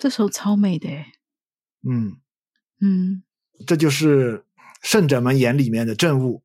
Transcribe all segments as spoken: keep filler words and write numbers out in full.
这首超美的耶。 嗯嗯， 这就是圣者们眼里面的正悟。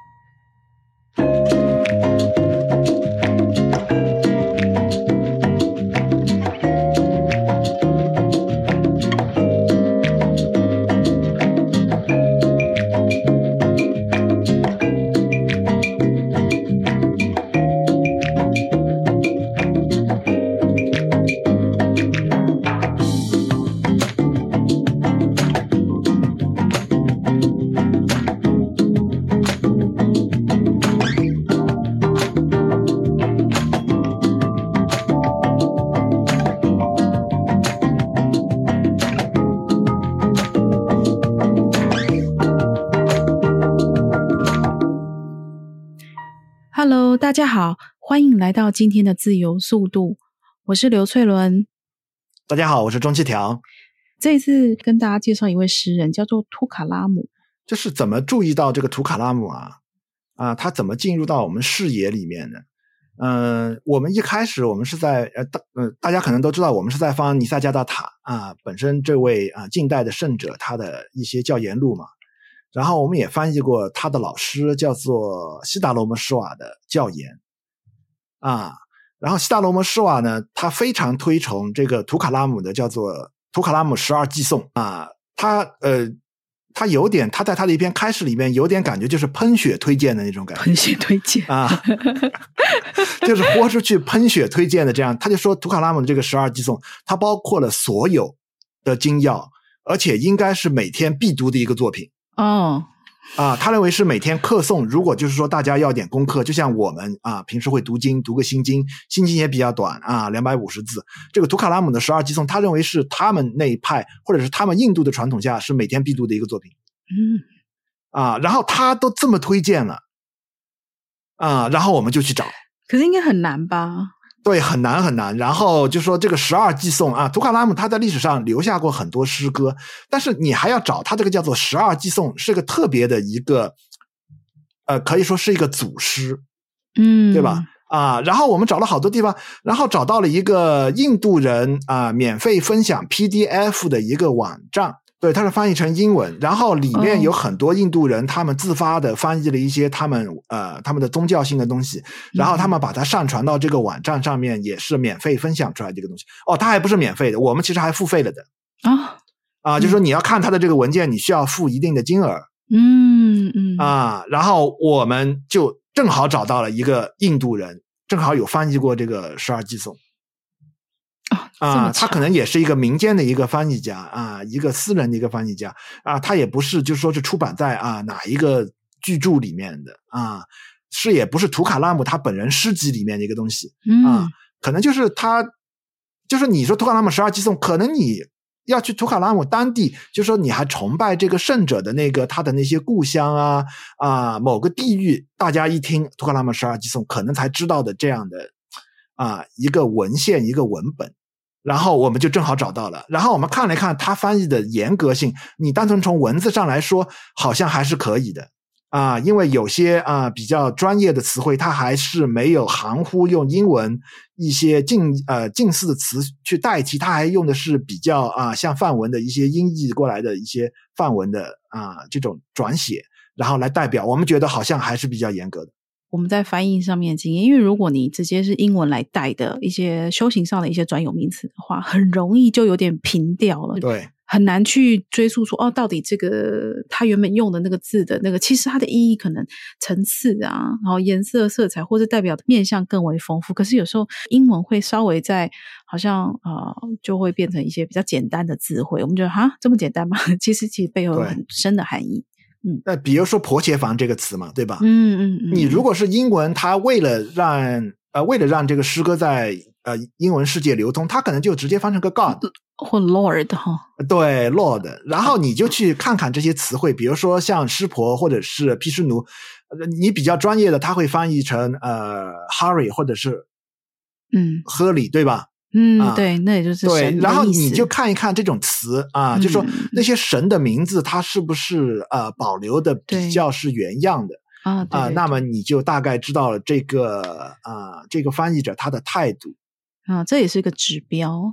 Hello， 大家好，欢迎来到今天的自由速度，我是刘翠伦。 大家好，我是钟七条。 这一次跟大家介绍一位诗人，叫做图卡拉姆。 就是怎么注意到这个图卡拉姆啊？啊，他怎么进入到我们视野里面的？嗯、呃，我们一开始我们是在呃大呃大家可能都知道，我们是在放尼萨加达塔啊，本身这位啊近代的圣者他的一些教言录嘛。然后我们也翻译过他的老师叫做西达罗摩施瓦的教言啊，然后西达罗摩施瓦呢，他非常推崇这个图卡拉姆的叫做图卡拉姆十二寄颂啊，他呃他有点他在他的一篇开示里面有点感觉就是喷血推荐的那种感觉， 喷血推荐啊，就是豁出去喷血推荐的这样。他就说图卡拉姆的这个十二寄颂，它包括了所有的经要，而且应该是每天必读的一个作品。 哦， 啊，他认为是每天课诵，如果就是说大家要点功课，就像我们啊平时会读经，读个心经，心经也比较短啊，两百五十字。这个图卡拉姆的十二寄颂，他认为是他们那一派或者是他们印度的传统下是每天必读的一个作品。 嗯， 啊，然后他都这么推荐了，啊，然后我们就去找。 可是应该很难吧？ 对，很难很难。然后就说这个十二寄颂啊，图卡拉姆他在历史上留下过很多诗歌，但是你还要找他这个叫做十二寄颂，是个特别的一个，呃，可以说是一个祖诗， 嗯， 对吧？啊，然后我们找了好多地方，然后找到了一个印度人啊免费分享 P D F 的一个网站。对，它是翻译成英文，然后里面有很多印度人，他们自发的翻译了一些他们呃他们的宗教性的东西，然后他们把它上传到这个网站上面，也是免费分享出来这个东西。哦，它还不是免费的，我们其实还付费了的啊啊，就是说你要看它的这个文件，你需要付一定的金额。 嗯嗯啊，然后我们就正好找到了一个印度人，正好有翻译过这个十二寄颂。啊，他可能也是一个民间的一个翻译家啊，一个私人的一个翻译家啊，他也不是就说是出版在啊哪一个巨著里面的啊，是也不是图卡拉姆他本人诗集里面的一个东西啊， 嗯， 可能就是他，就是你说图卡拉姆十二寄颂，可能你要去图卡拉姆当地，就说你还崇拜这个圣者的那个他的那些故乡啊啊某个地域，大家一听图卡拉姆十二寄颂，可能才知道的这样的啊一个文献一个文本。然后我们就正好找到了，然后我们看了看他翻译的严格性，你单纯从文字上来说好像还是可以的啊，因为有些啊比较专业的词汇他还是没有含糊用英文一些近呃近似的词去代替，他还用的是比较啊像梵文的一些音译过来的一些梵文的啊这种转写，然后来代表，我们觉得好像还是比较严格的。 我们在翻译上面的经验，因为如果你直接是英文来带的一些修行上的一些专有名词的话，很容易就有点平掉了， 对， 很难去追溯说哦，到底这个他原本用的那个字的那个，其实它的意义可能层次啊，然后颜色、色彩，或者代表的面向更为丰富。可是有时候英文会稍微在好像呃，就会变成一些比较简单的字汇，我们觉得哈这么简单吗？其实其实背后有很深的含义。嗯， 那比如说婆伽房这个词嘛，对吧？ 嗯嗯嗯， 你如果是英文，它为了让呃为了让这个诗歌在呃英文世界流通，它可能就直接翻成个 God 或 Lord 哈， 对 Lord， 然后你就去看看这些词汇，比如说像湿婆或者是毗湿奴，你比较专业的，他会翻译成呃 Hari 或者是嗯 Hurley， 对吧？ 嗯， 啊、 对，那也就是神的意思。 对，然后你就看一看这种词啊， 嗯、 就说那些神的名字，它是不是呃保留的比较是原样的啊？对啊、 对对， 那么你就大概知道了这个啊、呃、这个翻译者他的态度啊，这也是一个指标。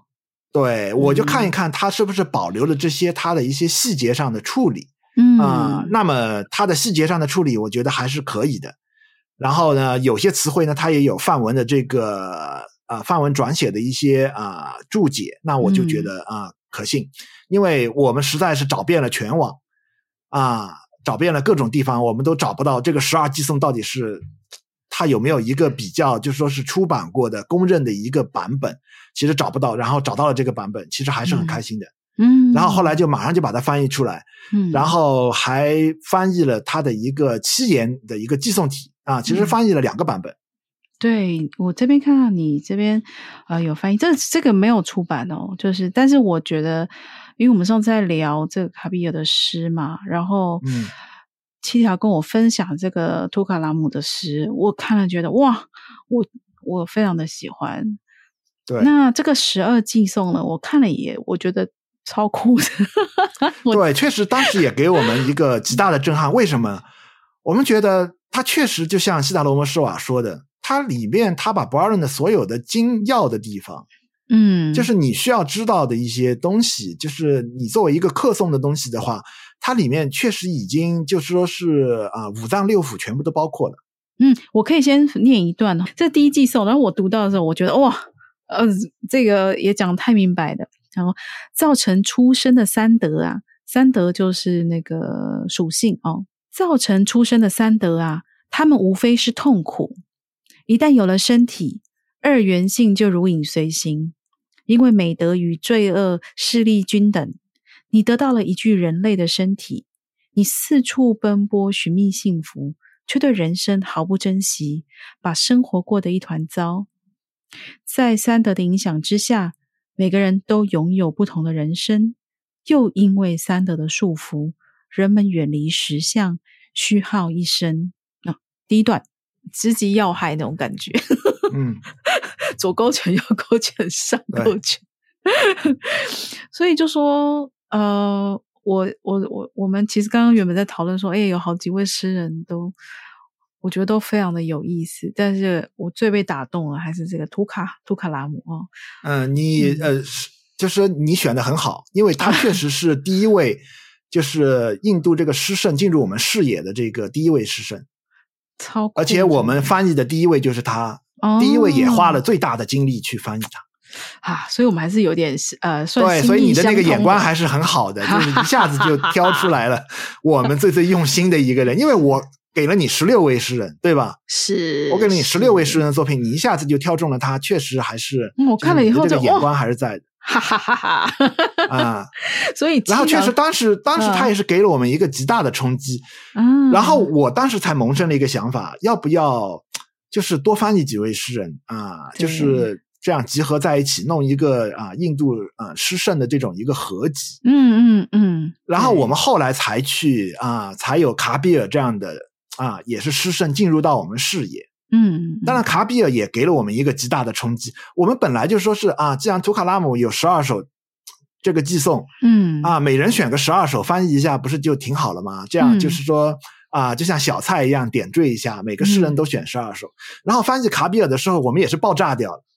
对，我就看一看他是不是保留了这些他的一些细节上的处理。 嗯啊、呃，那么他的细节上的处理，我觉得还是可以的。然后呢，有些词汇呢，它也有范文的这个啊、呃、范文转写的一些啊、呃、注解，那我就觉得啊、呃、可信，因为我们实在是找遍了全网啊，找遍了各种地方，我们都找不到这个十二寄送到底是它有没有一个比较，就是说是出版过的公认的一个版本，其实找不到，然后找到了这个版本，其实还是很开心的。 嗯， 然后后来就马上就把它翻译出来， 嗯， 然后还翻译了它的一个七言的一个寄送体啊，其实翻译了两个版本。 嗯、对，我这边看到你这边呃有翻译，这这个没有出版哦，就是但是我觉得，因为我们上次在聊这个卡比尔的诗嘛，然后嗯， 七条跟我分享这个图卡拉姆的诗，我看了觉得哇，我我非常的喜欢。 对， 那这个十二寄送呢，我看了也我觉得超酷的。 对，确实当时也给我们一个极大的震撼。为什么？我们觉得它确实就像西达罗摩施瓦说的，它里面它把博尔顿的所有的精要的地方， 嗯， 就是你需要知道的一些东西，就是你作为一个客诵的东西的话，它里面确实已经就是说是啊、呃、五脏六腑全部都包括了。 嗯，我可以先念一段哦，这第一寄送，然后我读到的时候，我觉得哇，呃，这个也讲得太明白的。然后造成出生的三德啊，三德就是那个属性哦。造成出生的三德啊，他们无非是痛苦。一旦有了身体，二元性就如影随形。因为美德与罪恶势力均等，你得到了一具人类的身体，你四处奔波寻觅幸福，却对人生毫不珍惜，把生活过得一团糟。在三德的影响之下，每个人都拥有不同的人生，又因为三德的束缚，人们远离实相，虚耗一生。啊，第一段直击要害那种感觉， 嗯， 左勾拳右勾拳上勾拳，所以就说呃，我我我我们其实刚刚原本在讨论说，哎，有好几位诗人都。我觉得都非常的有意思，但是我最被打动了还是这个图卡图卡拉姆哦。 嗯、呃，你、嗯、呃，就是你选的很好，因为他确实是第一位，就是印度这个诗圣进入我们视野的这个第一位诗圣， 超酷， 而且我们翻译的第一位就是他， 哦、 第一位也花了最大的精力去翻译他。 啊，所以我们还是有点呃，算对，所以你的那个眼光还是很好的，就是一下子就挑出来了我们最最用心的一个人，因为我。给了你十六位诗人，对吧？ 是， 我给了你十六位诗人的作品，你一下子就挑中了他，确实还是， 嗯、我看了以后这个眼光还是在的， 哈哈哈哈啊！ 所以， 然后确实当时当时他也是给了我们一个极大的冲击，嗯，然后我当时才萌生了一个想法，要不要就是多翻译几位诗人啊，就是这样集合在一起，弄一个啊印度啊诗圣的这种一个合集， 嗯嗯嗯， 然后我们后来才去啊，才有卡比尔这样的。啊，也是诗圣进入到我们视野， 嗯， 当然卡比尔也给了我们一个极大的冲击。我们本来就说是啊，既然图卡拉姆有十二首这个寄送， 嗯， 啊，每人选个十二首翻译一下，不是就挺好了吗？这样就是说、嗯、啊，就像小菜一样点缀一下，每个诗人都选十二首、嗯。然后翻译卡比尔的时候，我们也是爆炸掉了。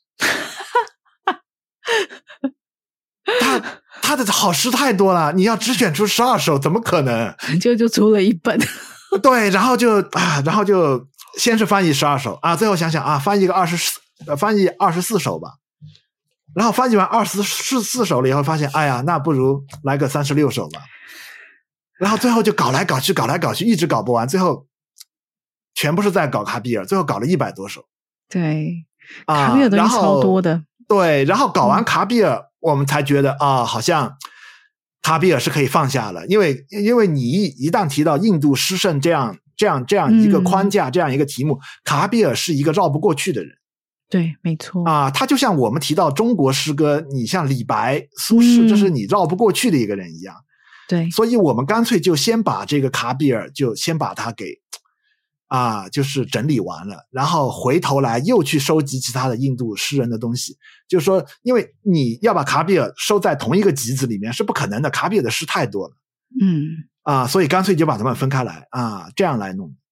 他他的好诗太多了，你要只选出十二首，怎么可能？ 就就出了一本。 对，然后就啊，然后就先是翻译十二首啊，最后想想啊，翻译个二十四，翻译二十四首吧。然后翻译完二十四四首了以后，发现哎呀，那不如来个三十六首吧。然后最后就搞来搞去，搞来搞去，一直搞不完，最后全部是在搞卡比尔，最后搞了一百多首。 对， 啊， 卡比尔东西超多的。 对，然后搞完卡比尔，嗯、我们才觉得啊，好像。卡比尔是可以放下了，因为因为你一一旦提到印度诗圣这样这样这样一个框架、嗯、这样一个题目，卡比尔是一个绕不过去的人。 对，没错啊，他就像我们提到中国诗歌，你像李白、苏轼，这是你绕不过去的一个人一样。 对， 所以我们干脆就先把这个卡比尔就先把它给啊，就是整理完了，然后回头来又去收集其他的印度诗人的东西。就是说，因为你要把卡比尔收在同一个集子里面是不可能的，卡比尔的诗太多了。 嗯， 啊，所以干脆就把它们分开来啊，这样来弄。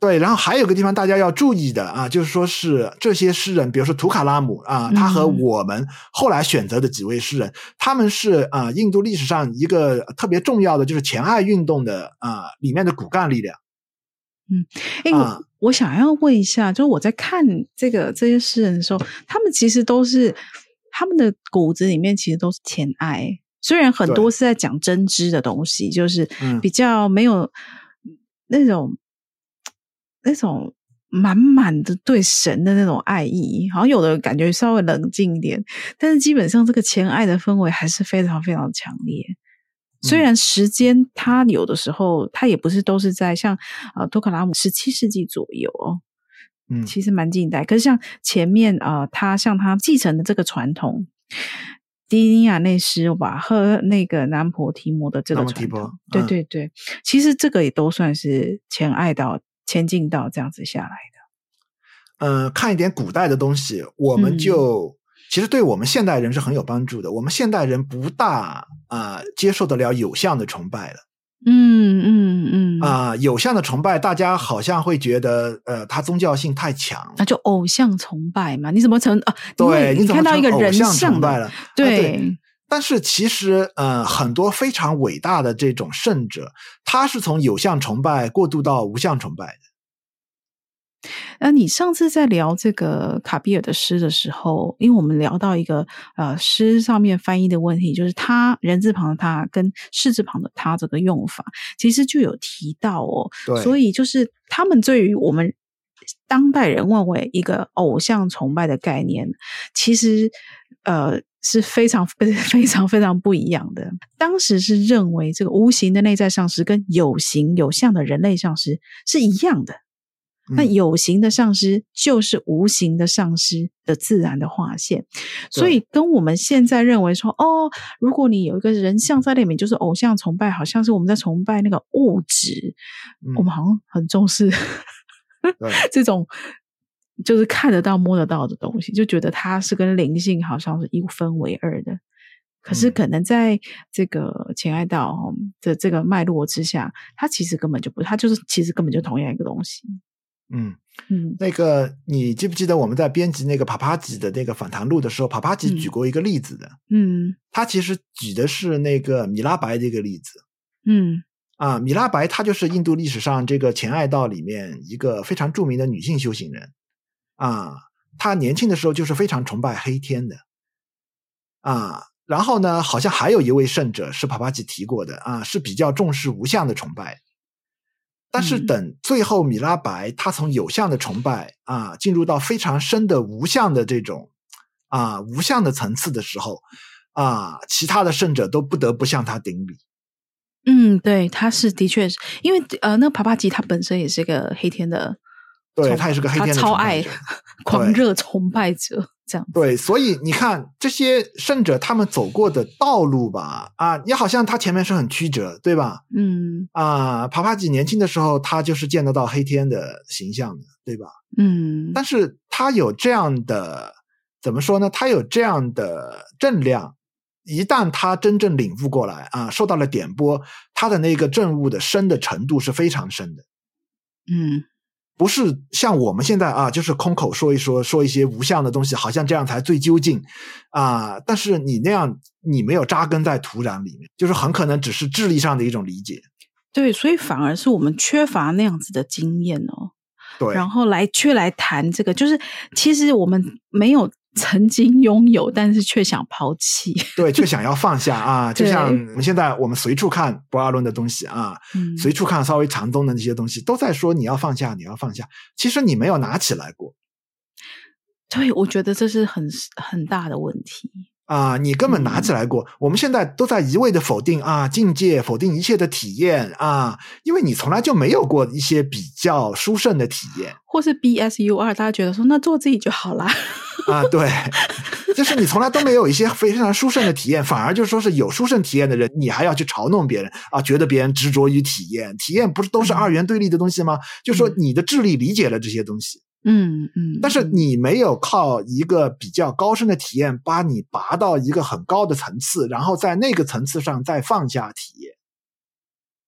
对，然后还有个地方大家要注意的啊，就是说是这些诗人，比如说图卡拉姆啊，他和我们后来选择的几位诗人，嗯、他们是啊印度历史上一个特别重要的就是前爱运动的啊里面的骨干力量。 嗯，哎、啊，我想要问一下，就是我在看这个这些诗人的时候，他们其实都是他们的骨子里面其实都是前爱，虽然很多是在讲真知的东西，就是比较没有那种。嗯那种满满的对神的那种爱意，好像有的感觉稍微冷静一点，但是基本上这个前爱的氛围还是非常非常强烈。虽然时间它有的时候它也不是都是在像呃托卡拉姆十七世纪左右哦，嗯，其实蛮近代。可是像前面呃他像他继承的这个传统，迪尼亚内斯瓦和那个南婆提摩的这个传统，嗯、对对对，其实这个也都算是前爱到。前进到这样子下来的， 嗯、呃，看一点古代的东西，我们就、嗯、其实对我们现代人是很有帮助的。我们现代人不大啊、呃、接受得了有相的崇拜了， 嗯嗯嗯啊、呃，有相的崇拜，大家好像会觉得呃，它宗教性太强， 那就偶像崇拜嘛？你怎么成啊？ 对， 你看到一个人像崇拜了， 对。 啊对但是其实呃，很多非常伟大的这种圣者，他是从有相崇拜过渡到无相崇拜的。 呃，你上次在聊这个卡比尔的诗的时候，因为我们聊到一个呃诗上面翻译的问题，就是他人字旁的他跟士字旁的他这个用法，其实就有提到哦。 对， 所以就是他们对于我们当代人认为一个偶像崇拜的概念，其实呃。是非常非常非常不一样的。当时是认为这个无形的内在上师跟有形有相的人类上师是一样的，嗯、那有形的上师就是无形的上师的自然的化现，所以跟我们现在认为说，哦，如果你有一个人像在里面，就是偶像崇拜，好像是我们在崇拜那个物质，嗯、我们好像很重视这种。就是看得到摸得到的东西，就觉得它是跟灵性好像是一分为二的，可是可能在这个前爱道的这个脉络之下，它其实根本就不，它就是其实根本就同样一个东西。 嗯嗯，那个你记不记得我们在编辑那个帕帕吉的那个访谈录的时候，帕帕吉举过一个例子的，嗯，他其实举的是那个米拉白的一个例子，嗯。啊，米拉白她就是印度历史上这个前爱道里面一个非常著名的女性修行人。啊，他年轻的时候就是非常崇拜黑天的，啊，然后呢，好像还有一位圣者是帕帕吉提过的啊，是比较重视无相的崇拜。但是等最后米拉白他从有相的崇拜啊，进入到非常深的无相的这种啊无相的层次的时候啊，其他的圣者都不得不向他顶礼。 嗯，对，他是的确是因为呃，那帕帕吉他本身也是一个黑天的。 对，他也是个黑天的他超爱狂热崇拜者这样子。 对，所以你看这些圣者他们走过的道路吧，啊，也好像他前面是很曲折，对吧？嗯，啊，帕帕吉年轻的时候他就是见得到黑天的形象的，对吧？嗯，但是他有这样的怎么说呢？他有这样的正量，一旦他真正领悟过来啊，受到了点拨，他的那个证悟的深的程度是非常深的。嗯。不是像我们现在啊，就是空口说一说，说一些无相的东西，好像这样才最究竟啊。但是你那样，你没有扎根在土壤里面，就是很可能只是智力上的一种理解。 对，所以反而是我们缺乏那样子的经验哦。 对， 然后来却来谈这个，就是其实我们没有曾经拥有，但是却想抛弃， 对，却想要放下啊！就像我们现在我们随处看博阿伦的东西啊，嗯、随处看稍微禅宗的那些东西，都在说你要放下，你要放下。其实你没有拿起来过。 对，我觉得这是很很大的问题。 啊，你根本拿起来过、嗯、我们现在都在一味的否定啊境界，否定一切的体验啊，因为你从来就没有过一些比较殊胜的体验， 或是 B S U R 大家觉得说那做自己就好啦啊，对，就是你从来都没有一些非常殊胜的体验，反而就是说是有殊胜体验的人你还要去嘲弄别人啊，觉得别人执着于体验，体验不是都是二元对立的东西吗、嗯、就说你的智力理解了这些东西，嗯嗯，但是你没有靠一个比较高深的体验把你拔到一个很高的层次，然后在那个层次上再放下体验。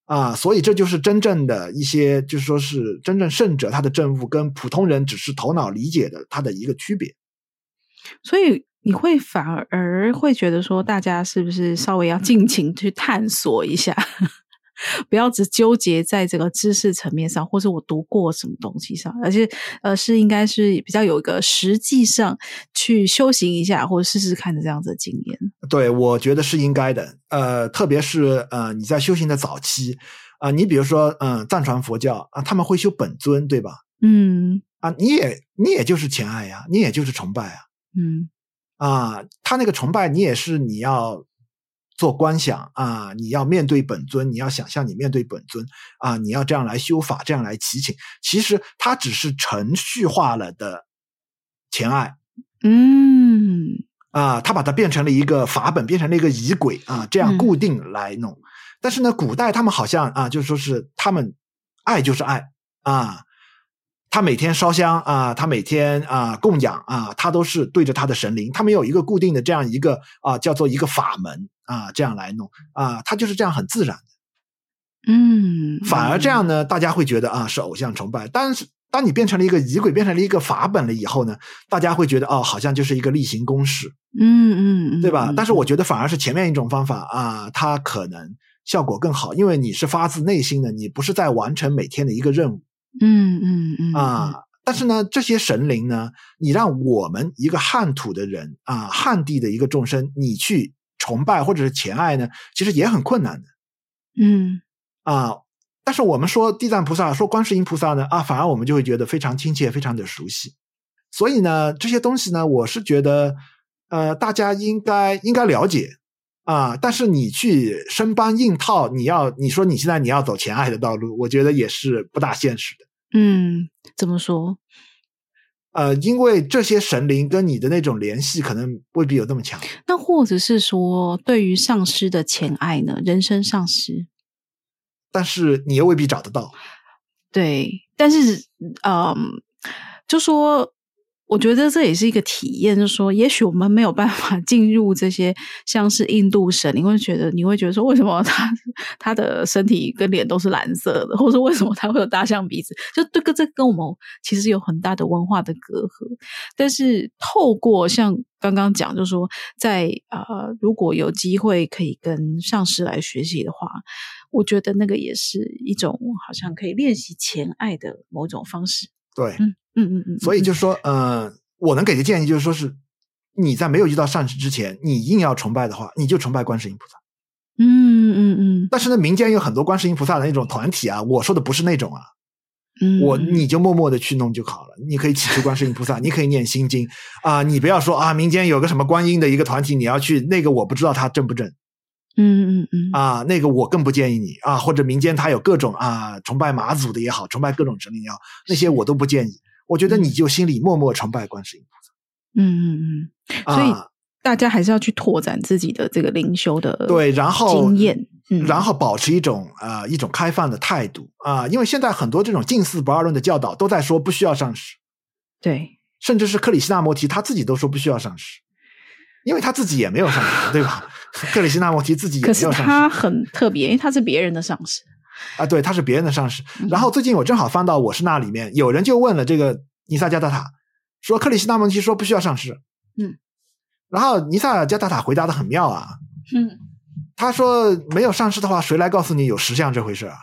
啊，所以这就是真正的一些，就是说是真正圣者他的证悟跟普通人只是头脑理解的他的一个区别。 所以你会反而会觉得说，大家是不是稍微要尽情去探索一下，不要只纠结在这个知识层面上，或是我读过什么东西上，而且呃是应该是比较有一个实际上去修行一下，或者试试看的这样子的经验。 对，我觉得是应该的。呃，特别是呃你在修行的早期啊、呃，你比如说嗯、呃、藏传佛教啊，他们会修本尊，对吧？ 嗯啊，你也你也就是虔爱呀，你也就是崇拜啊。 嗯啊，他那个崇拜你也是你要做观想啊，你要面对本尊，你要想象你面对本尊啊，你要这样来修法，这样来祈请。其实它只是程序化了的虔爱， 嗯啊，他把它变成了一个法本，变成了一个仪轨啊，这样固定来弄。嗯、但是呢，古代他们好像啊，就是说是他们爱就是爱啊。他每天烧香啊，他每天啊供养啊，他都是对着他的神灵，他没有一个固定的这样一个啊叫做一个法门啊，这样来弄啊，他就是这样很自然的。 嗯， 反而这样呢，大家会觉得啊是偶像崇拜，但是当你变成了一个仪轨，变成了一个法本了以后呢，大家会觉得哦，好像就是一个例行公事， 嗯嗯嗯， 对吧？但是我觉得反而是前面一种方法啊，它可能效果更好，因为你是发自内心的，你不是在完成每天的一个任务。 嗯嗯嗯啊，但是呢，这些神灵呢，你让我们一个汉土的人啊，汉地的一个众生，你去崇拜或者是虔爱呢，其实也很困难的。 嗯啊，但是我们说地藏菩萨，说观世音菩萨呢，啊，反而我们就会觉得非常亲切，非常的熟悉。所以呢，这些东西呢，我是觉得，呃，大家应该应该了解啊，但是你去生搬硬套，你要你说你现在你要走虔爱的道路，我觉得也是不大现实的。 嗯，怎么说？ 呃，因为这些神灵跟你的那种联系可能未必有这么强。 那或者是说，对于上师的虔爱呢？人生上师， 但是你又未必找得到。 对，但是嗯，就说我觉得这也是一个体验，就是说也许我们没有办法进入这些像是印度神，你会觉得你会觉得说为什么他他的身体跟脸都是蓝色的，或者为什么他会有大象鼻子，就这个这跟我们其实有很大的文化的隔阂。但是透过像刚刚讲，就是说在呃如果有机会可以跟上师来学习的话，我觉得那个也是一种好像可以练习虔爱的某种方式。 对， 嗯嗯嗯嗯， 所以就是说，呃，我能给的建议就是说是，你在没有遇到上师之前，你硬要崇拜的话，你就崇拜观世音菩萨。 嗯嗯嗯。 但是呢，民间有很多观世音菩萨的那种团体啊，我说的不是那种啊。 嗯， 我你就默默的去弄就好了。你可以祈求观世音菩萨，你可以念心经啊，你不要说啊，民间有个什么观音的一个团体，你要去那个，我不知道他正不正。 嗯嗯嗯啊，那个我更不建议你啊，或者民间他有各种啊崇拜妈祖的也好，崇拜各种神灵也好，那些我都不建议。我觉得你就心里默默崇拜观世音菩萨。 嗯嗯嗯，所以大家还是要去拓展自己的这个灵修的对，然后经验， 嗯、然后保持一种啊、呃、一种开放的态度啊，因为现在很多这种近似不二论的教导都在说不需要上师， 对， 甚至是克里希那摩提他自己都说不需要上师，因为他自己也没有上师，对吧？克里希那摩提自己也没有上师， 可是他很特别，因为他是别人的上师啊，对，他是别人的上师。然后最近我正好翻到我是那里面，有人就问了这个尼萨加达塔，说克里希那摩提说不需要上师， 嗯， 然后尼萨加达塔回答的很妙啊， 嗯， 他说没有上师的话，谁来告诉你有实相这回事啊？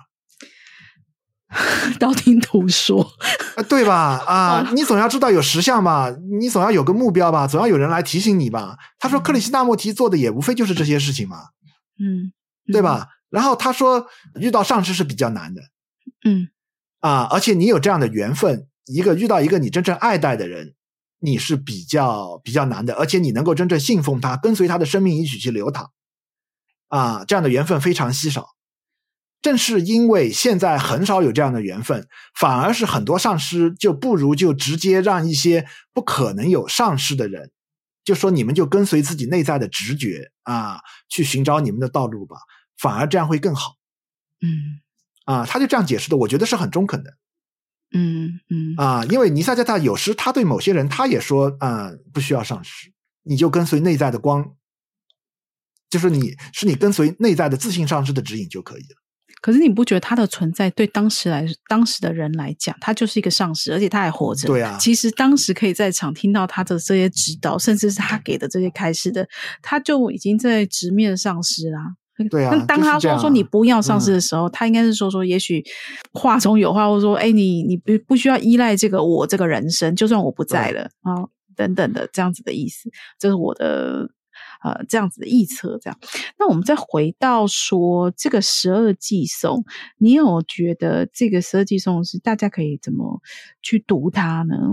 道听途说， 对吧？啊，你总要知道有实相吧，你总要有个目标吧，总要有人来提醒你吧。他说克里希那摩提做的也无非就是这些事情嘛， 嗯， 对吧？然后他说遇到上师是比较难的， 嗯， 啊，而且你有这样的缘分，一个遇到一个你真正爱戴的人，你是比较比较难的，而且你能够真正信奉他，跟随他的生命一起去流淌，啊，这样的缘分非常稀少。正是因为现在很少有这样的缘分，反而是很多上师就不如就直接让一些不可能有上师的人，就说你们就跟随自己内在的直觉啊，去寻找你们的道路吧，反而这样会更好。 嗯， 啊，他就这样解释的，我觉得是很中肯的。 嗯嗯啊，因为尼萨加塔有时他对某些人他也说，嗯，不需要上师，你就跟随内在的光，就是你是你跟随内在的自信上师的指引就可以了。 可是你不觉得他的存在对当时来当时的人来讲，他就是一个上师，而且他还活着。 对啊， 其实当时可以在场听到他的这些指导，甚至是他给的这些开示的，他就已经在直面上师啦。 对啊， 但当他说说你不要上师的时候，嗯、他应该是说说，也许话中有话，或者说，哎，你你不不需要依赖这个我这个人生，就算我不在了啊、哦，等等的这样子的意思，这是我的。呃，这样子的臆测，这样。那我们再回到说这个十二偈颂，你有觉得这个十二偈颂是大家可以怎么去读它呢？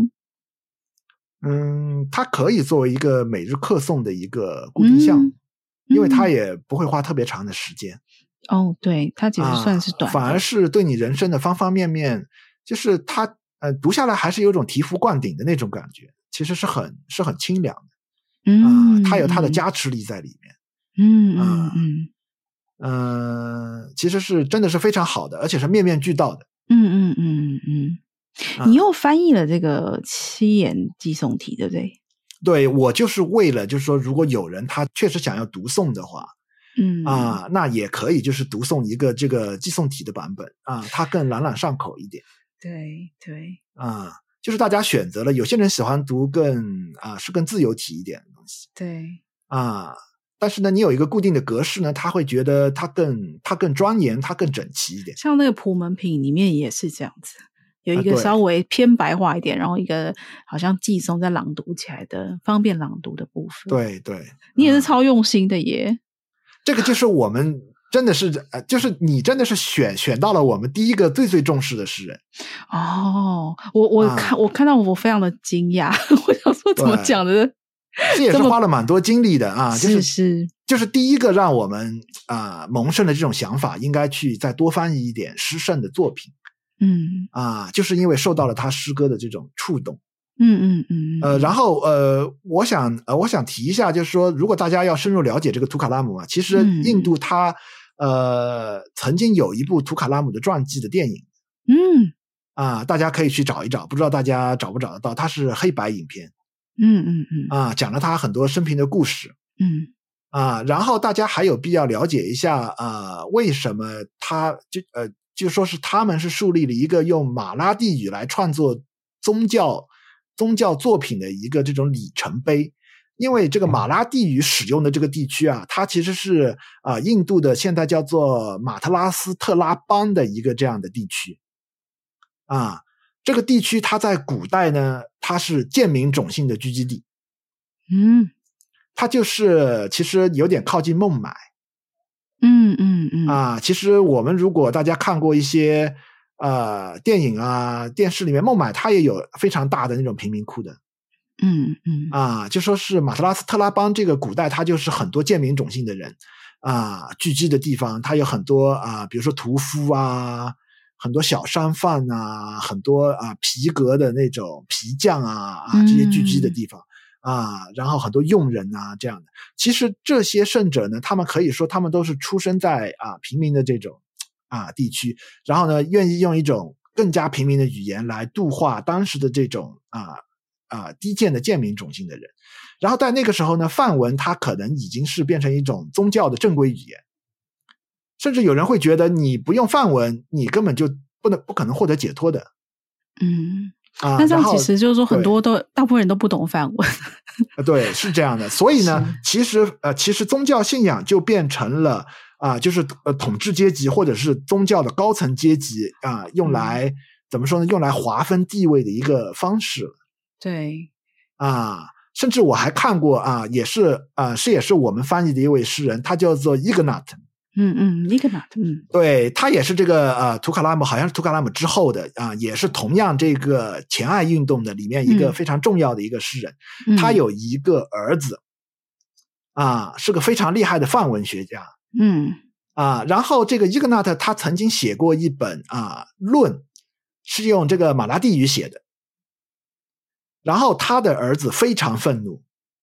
嗯，它可以作为一个每日课诵的一个固定项目，嗯、因为它也不会花特别长的时间。 哦，对，它其实算是短的、 啊，反而是对你人生的方方面面，就是它呃读下来还是有种醍醐灌顶的那种感觉，其实是很是很清凉的。 嗯、 啊，它有它的加持力在里面。 嗯嗯嗯嗯、呃，其实是真的是非常好的，而且是面面俱到的。 嗯嗯嗯嗯。你又翻译了这个七言偈颂体，对不对？ 对，我就是为了就是说，如果有人他确实想要读诵的话， 嗯啊，那也可以就是读诵一个这个偈颂体的版本啊，它更朗朗上口一点。 对对啊。就是大家选择了，有些人喜欢读更啊是更自由体一点的东西， 对啊，但是呢，你有一个固定的格式呢，他会觉得它更它更庄严，它更整齐一点。 像那个普门品里面也是这样子，有一个稍微偏白话一点，啊、然后一个好像偈颂在朗读起来的方便朗读的部分。 对对， 你也是超用心的耶。嗯、 这个就是我们。真的是，呃，就是你真的是选选到了我们第一个最最重视的诗人。 哦，我我看、啊、我看到我非常的惊讶，我想说怎么讲的？ 这也是花了蛮多精力的啊，就是是就是第一个让我们啊、呃、萌生的这种想法，应该去再多翻译一点诗圣的作品。 嗯啊，就是因为受到了他诗歌的这种触动。 嗯嗯嗯， 呃，然后呃，我想呃，我想提一下，就是说，如果大家要深入了解这个图卡拉姆啊，其实印度它、嗯、呃曾经有一部图卡拉姆的传记的电影， 嗯啊，大家可以去找一找，不知道大家找不找得到，它是黑白影片， 嗯嗯嗯， 啊，讲了他很多生平的故事， 嗯啊，然后大家还有必要了解一下啊，为什么他就呃就说是他们是树立了一个用马拉地语来创作宗教。宗教作品的一个这种里程碑，因为这个马拉地语使用的这个地区啊，它其实是啊、呃、印度的现在叫做马特拉斯特拉邦的一个这样的地区啊。这个地区它在古代呢，它是贱民种姓的聚集地， 嗯， 它就是其实有点靠近孟买， 嗯嗯嗯啊。其实我们如果大家看过一些。呃，电影啊，电视里面孟买它也有非常大的那种贫民窟的， 嗯嗯啊，就说是马特拉斯特拉邦这个古代它就是很多贱民种姓的人啊聚集的地方，它有很多啊，比如说屠夫啊，很多小商贩啊，很多啊皮革的那种皮匠啊啊这些聚集的地方、嗯、啊，然后很多佣人啊这样的。其实这些圣者呢，他们可以说他们都是出生在啊平民的这种。啊，地区，然后呢，愿意用一种更加平民的语言来度化当时的这种啊啊低贱的贱民种姓的人，然后在那个时候呢，梵文它可能已经是变成一种宗教的正规语言，甚至有人会觉得你不用梵文，你根本就不能不可能获得解脱的。 嗯， 啊， 那这样其实就是说很多都大部分人都不懂梵文。 对，是这样的。所以呢，其实呃，其实宗教信仰就变成了。啊，就是呃，统治阶级或者是宗教的高层阶级啊，用来、嗯、怎么说呢？用来划分地位的一个方式。 对， 啊，甚至我还看过啊，也是啊，是也是我们翻译的一位诗人，他叫做伊格纳特。 嗯嗯，伊格纳特，嗯， 对，他也是这个呃图卡拉姆，好像是图卡拉姆之后的啊，也是同样这个前爱运动的里面一个非常重要的一个诗人。 嗯、 他有一个儿子，啊，是个非常厉害的梵文学家。 嗯啊，然后这个伊格纳特他曾经写过一本啊论，是用这个马拉地语写的，然后他的儿子非常愤怒，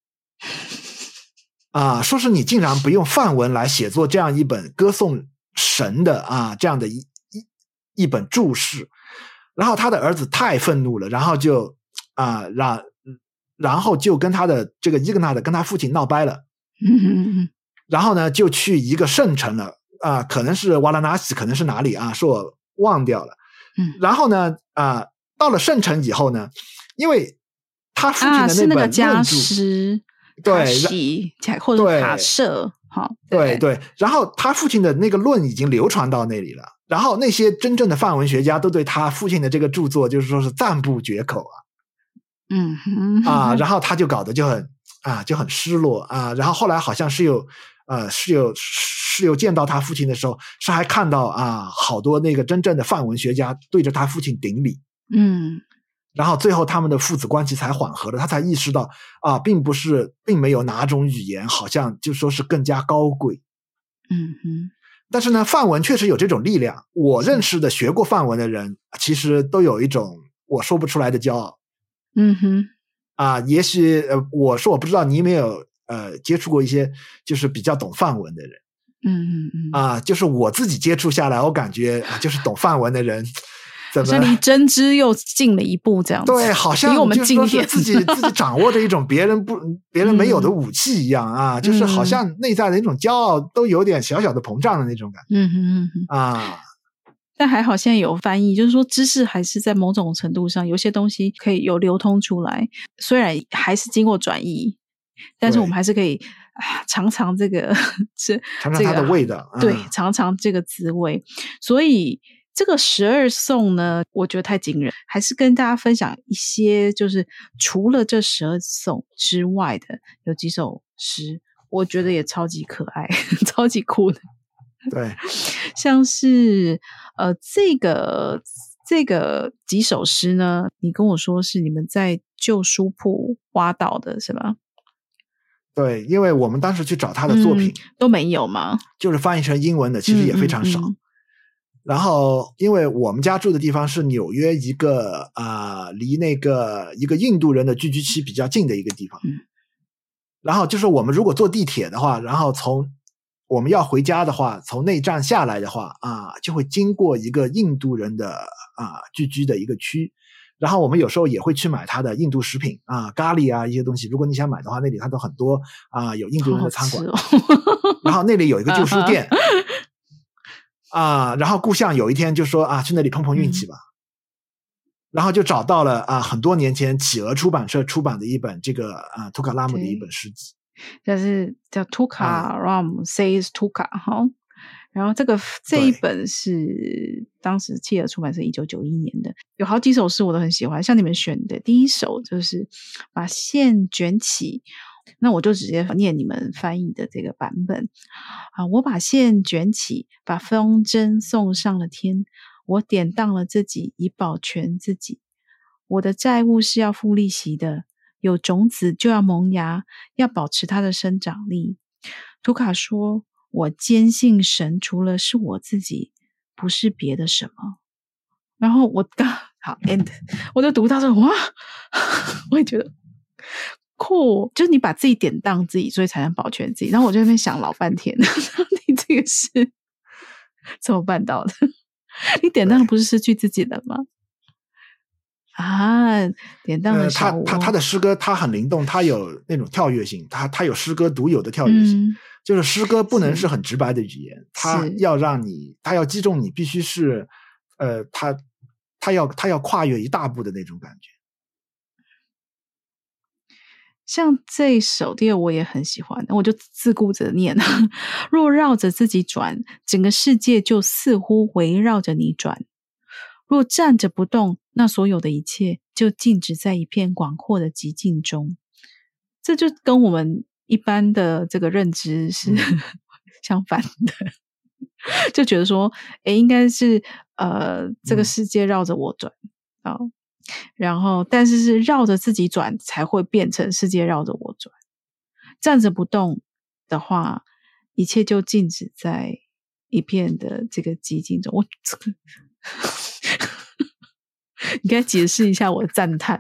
啊，说是你竟然不用梵文来写作这样一本歌颂神的啊这样的一一一本注释，然后他的儿子太愤怒了，然后就啊让然后就跟他的这个伊格纳特跟他父亲闹掰了。 嗯嗯嗯。 然后呢，就去一个圣城了， 啊、呃，可能是瓦拉纳西，可能是哪里啊，是我忘掉了。 嗯， 然后呢，啊、呃，到了圣城以后呢，因为他父亲的那本、啊、 是那个加什， 对， 或者卡舍，好， 对 对, 对。然后他父亲的那个论已经流传到那里了，然后那些真正的梵文学家都对他父亲的这个著作，就是说是赞不绝口啊。 嗯哼啊，然后他就搞得就很啊就很失落啊。然后后来好像是有呃是有是有见到他父亲的时候，是还看到啊好多那个真正的梵文学家对着他父亲顶礼。 嗯。 然后最后他们的父子关系才缓和了，他才意识到啊，并不是，并没有哪种语言好像就说是更加高贵。 嗯哼。 但是呢，梵文确实有这种力量。我认识的学过梵文的人，其实都有一种我说不出来的骄傲。 嗯哼。 啊，也许呃，我说我不知道你有没有呃接触过一些就是比较懂梵文的人。 嗯嗯嗯。 啊，就是我自己接触下来，我感觉啊，就是懂梵文的人。 好像离真知又近了一步，这样子。 对，好像离我们近一点， 自己自己掌握着一种别人不别人没有的武器一样啊，嗯、就是好像内在的那种骄傲都有点小小的膨胀的那种感觉。 嗯哼嗯哼啊， 但还好现在有翻译，就是说知识还是在某种程度上，有些东西可以有流通出来，虽然还是经过转译，但是我们还是可以啊尝尝这个这尝尝它的味道， 这个、对，尝尝这个滋味，所以。这个十二颂呢，我觉得太惊人，还是跟大家分享一些，就是除了这十二颂之外的有几首诗，我觉得也超级可爱，超级酷的。 对， 像是呃这个这个几首诗呢，你跟我说是你们在旧书铺挖到的是吧？ 对，因为我们当时去找他的作品、 嗯、都没有吗？ 就是翻译成英文的，其实也非常少。嗯嗯嗯然后，因为我们家住的地方是纽约一个啊、呃，离那个一个印度人的聚居区比较近的一个地方。 嗯。 然后就是我们如果坐地铁的话，然后从我们要回家的话，从那站下来的话啊，就会经过一个印度人的啊聚居的一个区。然后我们有时候也会去买他的印度食品啊，咖喱啊一些东西。如果你想买的话，那里它都很多啊，有印度人的餐馆。 好好吃哦、 然后那里有一个旧书店。啊，然后故乡有一天就说啊，去那里碰碰运气吧、嗯，然后就找到了啊，很多年前企鹅出版社出版的一本这个啊图卡拉姆的一本诗集， 就是叫 Tuka Ram Says Tuka 哈、嗯，然后这个这一本是当时企鹅出版社一九九一年的，有好几首诗我都很喜欢，像你们选的第一首就是把线卷起。那我就直接念你们翻译的这个版本啊！我把线卷起，把风筝送上了天。我典当了自己，以保全自己。我的债务是要付利息的，有种子就要萌芽，要保持它的生长力。图卡说：“我坚信神除了是我自己，不是别的什么。”然后我刚好 end， 我就读到说哇，我也觉得。酷，就是你把自己典当自己，所以才能保全自己。然后我就在那边想老半天，你这个是怎么办到的？你典当的不是失去自己的吗？啊，典当的小我、 呃、他他他的诗歌他很灵动，他有那种跳跃性，他他有诗歌独有的跳跃性、嗯，就是诗歌不能是很直白的语言，他要让你，他要击中你，必须是呃，他他要他要跨越一大步的那种感觉。 像这一首第二我也很喜欢，我就自顾着念若绕着自己转，整个世界就似乎围绕着你转。若站着不动，那所有的一切就静止在一片广阔的寂静中。这就跟我们一般的这个认知是、嗯、相反的，就觉得说诶应该是呃这个世界绕着我转啊、嗯哦，然后但是是绕着自己转才会变成世界绕着我转。站着不动的话，一切就静止在一片的这个寂静中。我这个你该解释一下我的赞叹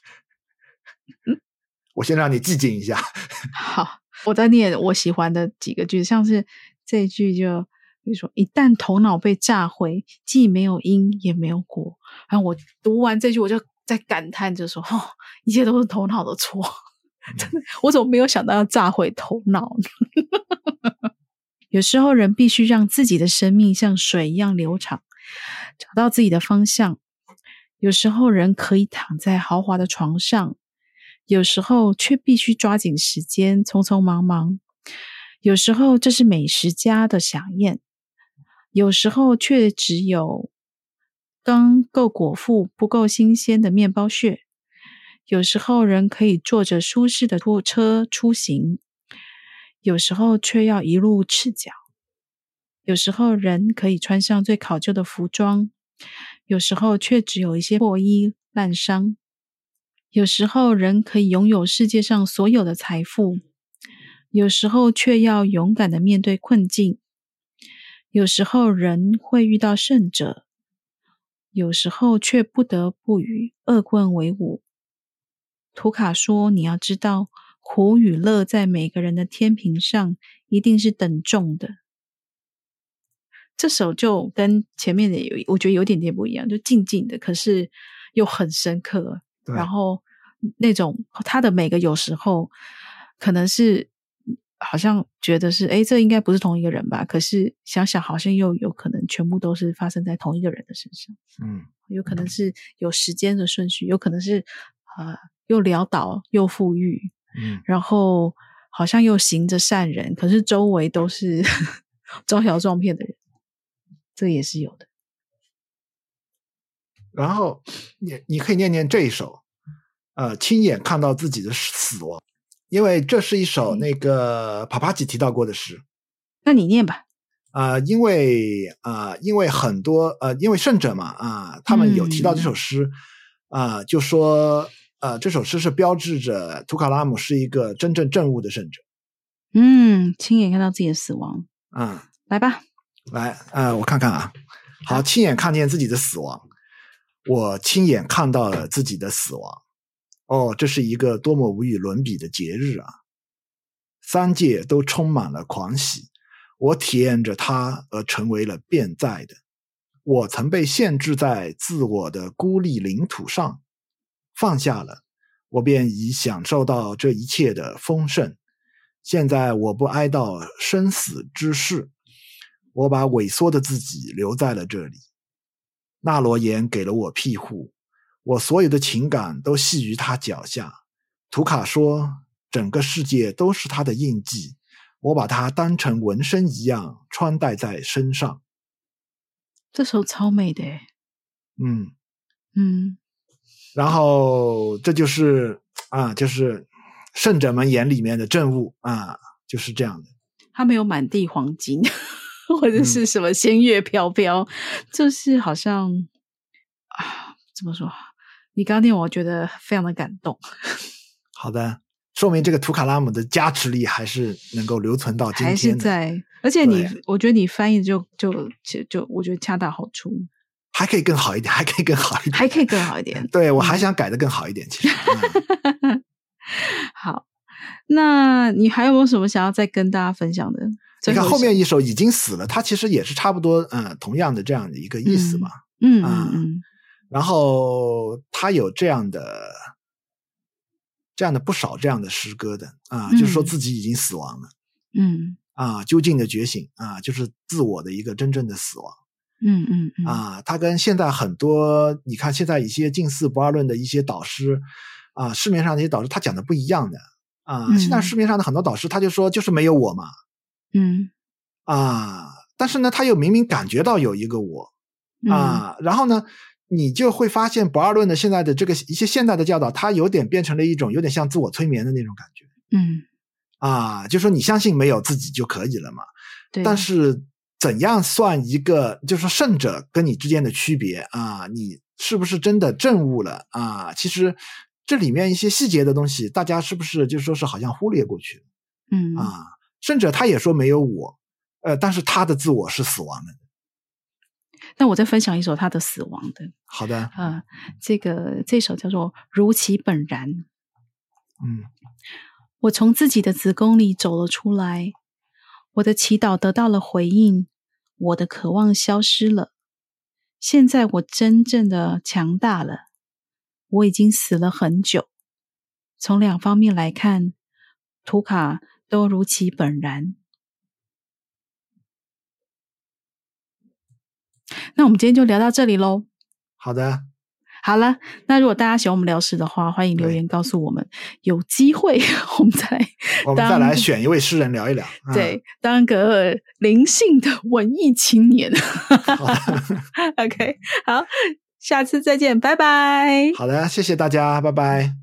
我先让你寂静一下。 好，我在念我喜欢的几个句子，像是这一句就比如说一旦头脑被炸毁，既没有因也没有果。然后我读完这句我就在感叹就说哦，一切都是头脑的错。真的，我怎么没有想到要炸毁头脑呢？ 有时候人必须让自己的生命像水一样流畅，找到自己的方向。有时候人可以躺在豪华的床上，有时候却必须抓紧时间，匆匆忙忙。有时候这是美食家的飨宴，有时候却只有刚够果腹不够新鲜的面包屑。有时候人可以坐着舒适的拖车出行，有时候却要一路赤脚。有时候人可以穿上最考究的服装，有时候却只有一些破衣烂伤。有时候人可以拥有世界上所有的财富，有时候却要勇敢地面对困境。有时候人会遇到圣者，有时候却不得不与恶棍为伍。图卡说，你要知道，苦与乐在每个人的天平上一定是等重的。这首就跟前面的有我觉得有点点不一样，就静静的，可是又很深刻。然后那种他的每个有时候可能是好像觉得是诶这应该不是同一个人吧，可是想想好像又有可能全部都是发生在同一个人的身上。 嗯， 有可能是有时间的顺序，有可能是呃又潦倒又富裕， 嗯， 然后好像又行着善人，可是周围都是招摇撞骗的人，这也是有的。 然后你你可以念念这一首，呃，亲眼看到自己的死亡，因为这是一首那个帕帕吉提到过的诗。 那你念吧。 啊、呃，因为啊、呃，因为很多呃，因为圣者嘛啊、呃，他们有提到这首诗啊、嗯呃，就说呃，这首诗是标志着图卡拉姆是一个真正证悟的圣者。 嗯，亲眼看到自己的死亡。 嗯， 来吧， 来，呃，我看看啊，好，亲眼看见自己的死亡，我亲眼看到了自己的死亡。哦，这是一个多么无与伦比的节日啊！三界都充满了狂喜。我体验着它而成为了变在的。我曾被限制在自我的孤立领土上，放下了，我便已享受到这一切的丰盛。现在我不哀悼生死之事，我把萎缩的自己留在了这里。纳罗延给了我庇护，我所有的情感都系于他脚下。图卡说，整个世界都是他的印记，我把它当成纹身一样穿戴在身上。 这首超美的耶。 嗯嗯， 然后这就是啊，就是圣者们眼里面的证悟啊，就是这样的。 他没有满地黄金或者是什么仙乐飘飘、嗯、就是好像啊，怎么说，你刚刚念我觉得非常的感动。 好的，说明这个图卡拉姆的加持力还是能够留存到今天的， 还是在，而且你我觉得你翻译就就就就我觉得恰到好处， 还可以更好一点，还可以更好一点， 还可以更好一点。 对，我还想改得更好一点，其实、嗯、 好，那你还有没有什么想要再跟大家分享的？ 你看后面一首已经死了，它其实也是差不多嗯同样的这样的一个意思嘛。 嗯嗯嗯， 然后它有这样的这样的不少这样的诗歌的啊、嗯，就是说自己已经死亡了。 嗯啊，究竟的觉醒啊，就是自我的一个真正的死亡。 嗯嗯嗯啊，它跟现在很多你看现在一些近似不二论的一些导师啊，市面上的一些导师他讲的不一样的啊、嗯。现在市面上的很多导师他就说就是没有我嘛。 嗯啊，但是呢他又明明感觉到有一个我啊、嗯，然后呢你就会发现不二论的现在的这个一些现代的教导，它有点变成了一种有点像自我催眠的那种感觉。 嗯。 啊，就说你相信没有自己就可以了嘛。 对。 但是怎样算一个，就是说圣者跟你之间的区别啊？你是不是真的证悟了啊？其实这里面一些细节的东西，大家是不是就说是好像忽略过去了？ 嗯啊，圣者他也说没有我，呃，但是他的自我是死亡的。 那我再分享一首他的死亡的。 好的。 啊、呃，这个这首叫做《如其本然》。 嗯。 我从自己的子宫里走了出来，我的祈祷得到了回应，我的渴望消失了。现在我真正的强大了，我已经死了很久。从两方面来看，图卡都如其本然。 那我们今天就聊到这里咯。 好的， 好了，那如果大家喜欢我们聊诗的话，欢迎留言告诉我们，有机会我们再来我们再来选一位诗人聊一聊。 对，嗯、当个灵性的文艺青年。OK， 好，下次再见，拜拜。 好的，谢谢大家，拜拜。